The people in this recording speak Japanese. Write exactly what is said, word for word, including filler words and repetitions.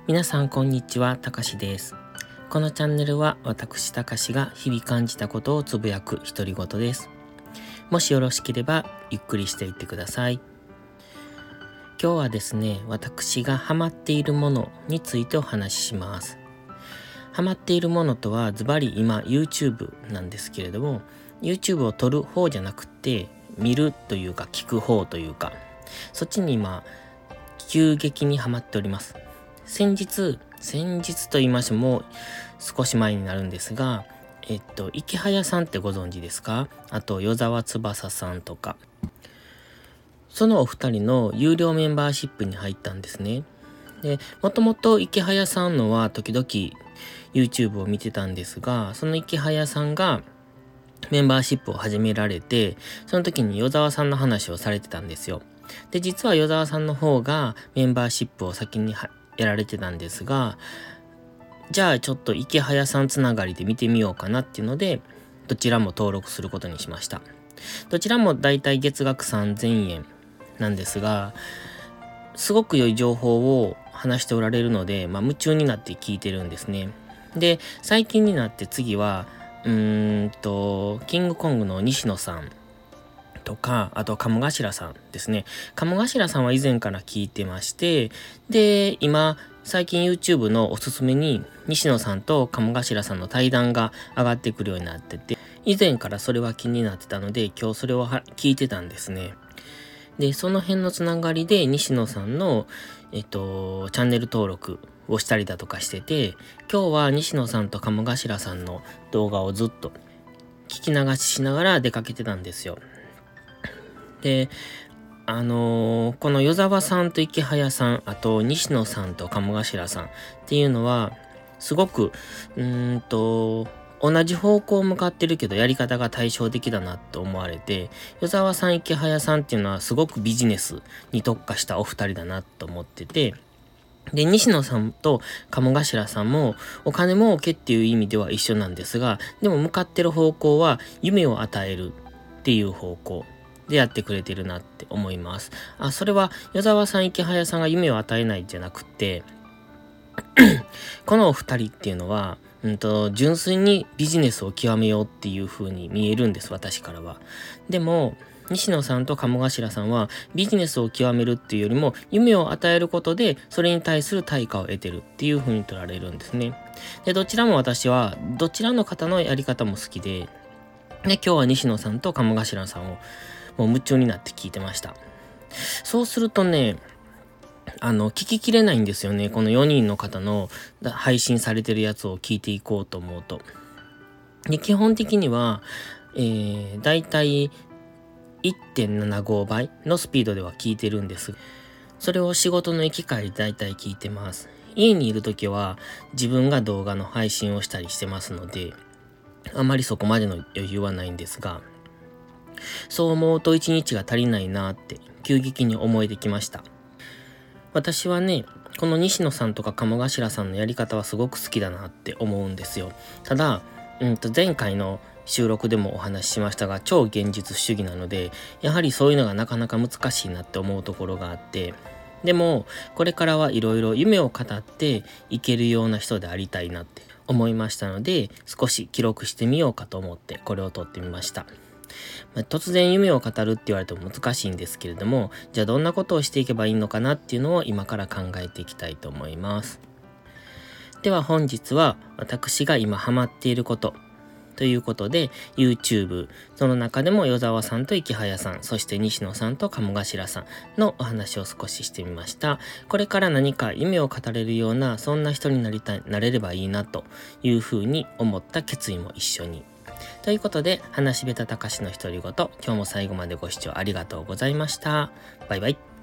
皆さんこんにちは、たかしです。このチャンネルは私たかしが日々感じたことをつぶやく独り言です。もしよろしければゆっくりしていってください。今日はですね、私がハマっているものについてお話しします。ハマっているものとはズバリ今 YouTube なんですけれども、YouTube を撮る方じゃなくて見るというか聞く方というか、そっちに今急激にハマっております。先日、先日と言いましても少し前になるんですが、えっと、池早さんってご存知ですか？あと、与沢翼さんとか。そのお二人の有料メンバーシップに入ったんですね。で、もともと池早さんのは時々 YouTube を見てたんですが、その池早さんがメンバーシップを始められて、その時に与沢さんの話をされてたんですよ。で、実は与沢さんの方がメンバーシップを先にやられてたんですが、じゃあちょっと池早さんつながりで見てみようかなっていうので、どちらも登録することにしました。どちらもだいたい月額さんぜんえんなんですが、すごく良い情報を話しておられるので、まあ、夢中になって聞いてるんですね。で、最近になって次は、うーんと、キングコングの西野さんとか、あと鴨頭さんですね。鴨頭さんは以前から聞いてまして、で、今、最近 YouTube のおすすめに西野さんと鴨頭さんの対談が上がってくるようになってて、以前からそれは気になってたので、今日それを聞いてたんですね。で、その辺のつながりで西野さんの、えっと、チャンネル登録をしたりだとかしてて、今日は西野さんと鴨頭さんの動画をずっと聞き流ししながら出かけてたんですよ。で、あのー、この与沢さんと池早さん、あと西野さんと鴨頭さんっていうのは、すごく、うーんと、同じ方向向かってるけどやり方が対照的だなと思われて、与沢さん、池早さんっていうのはすごくビジネスに特化したお二人だなと思ってて、で、西野さんと鴨頭さんもお金儲けっていう意味では一緒なんですが、でも向かってる方向は夢を与えるっていう方向でやってくれてるなって思います。あ、それは与沢さん、池早さんが夢を与えないじゃなくて、このお二人っていうのは、うんと、純粋にビジネスを極めようっていう風に見えるんです、私からは。でも、西野さんと鴨頭さんはビジネスを極めるっていうよりも夢を与えることでそれに対する対価を得てるっていう風に取られるんですね。で、どちらも私はどちらの方のやり方も好きで、で、今日は西野さんと鴨頭さんをもう夢中になって聞いてました。そうするとね、あの、聞ききれないんですよね。このよにんの方の配信されてるやつを聞いていこうと思うと。で、基本的には、えー、だいたい いってんななご 倍のスピードでは聞いてるんです。それを仕事の行き帰りだいたい聞いてます。家にいるときは自分が動画の配信をしたりしてますので、あまりそこまでの余裕はないんですが、そう思うといちにちが足りないなって急激に思えてきました。私はね、この西野さんとか鴨頭さんのやり方はすごく好きだなって思うんですよ。ただ、うんと前回の収録でもお話ししましたが、超現実主義なので、やはりそういうのがなかなか難しいなって思うところがあって、でも、これからはいろいろ夢を語っていけるような人でありたいなって思いましたので、少し記録してみようかと思ってこれを撮ってみました。まあ、突然夢を語るって言われても難しいんですけれども、じゃあどんなことをしていけばいいのかなっていうのを今から考えていきたいと思います。では本日は私が今ハマっていることということで YouTube、その中でも与沢さんと池早さん、そして西野さんと鴨頭さんのお話を少ししてみました。これから何か夢を語れるようなそんな人になりたい、なれればいいなというふうに思った決意も一緒に。ということで、話しべたたかしの独り言、今日も最後までご視聴ありがとうございました。バイバイ。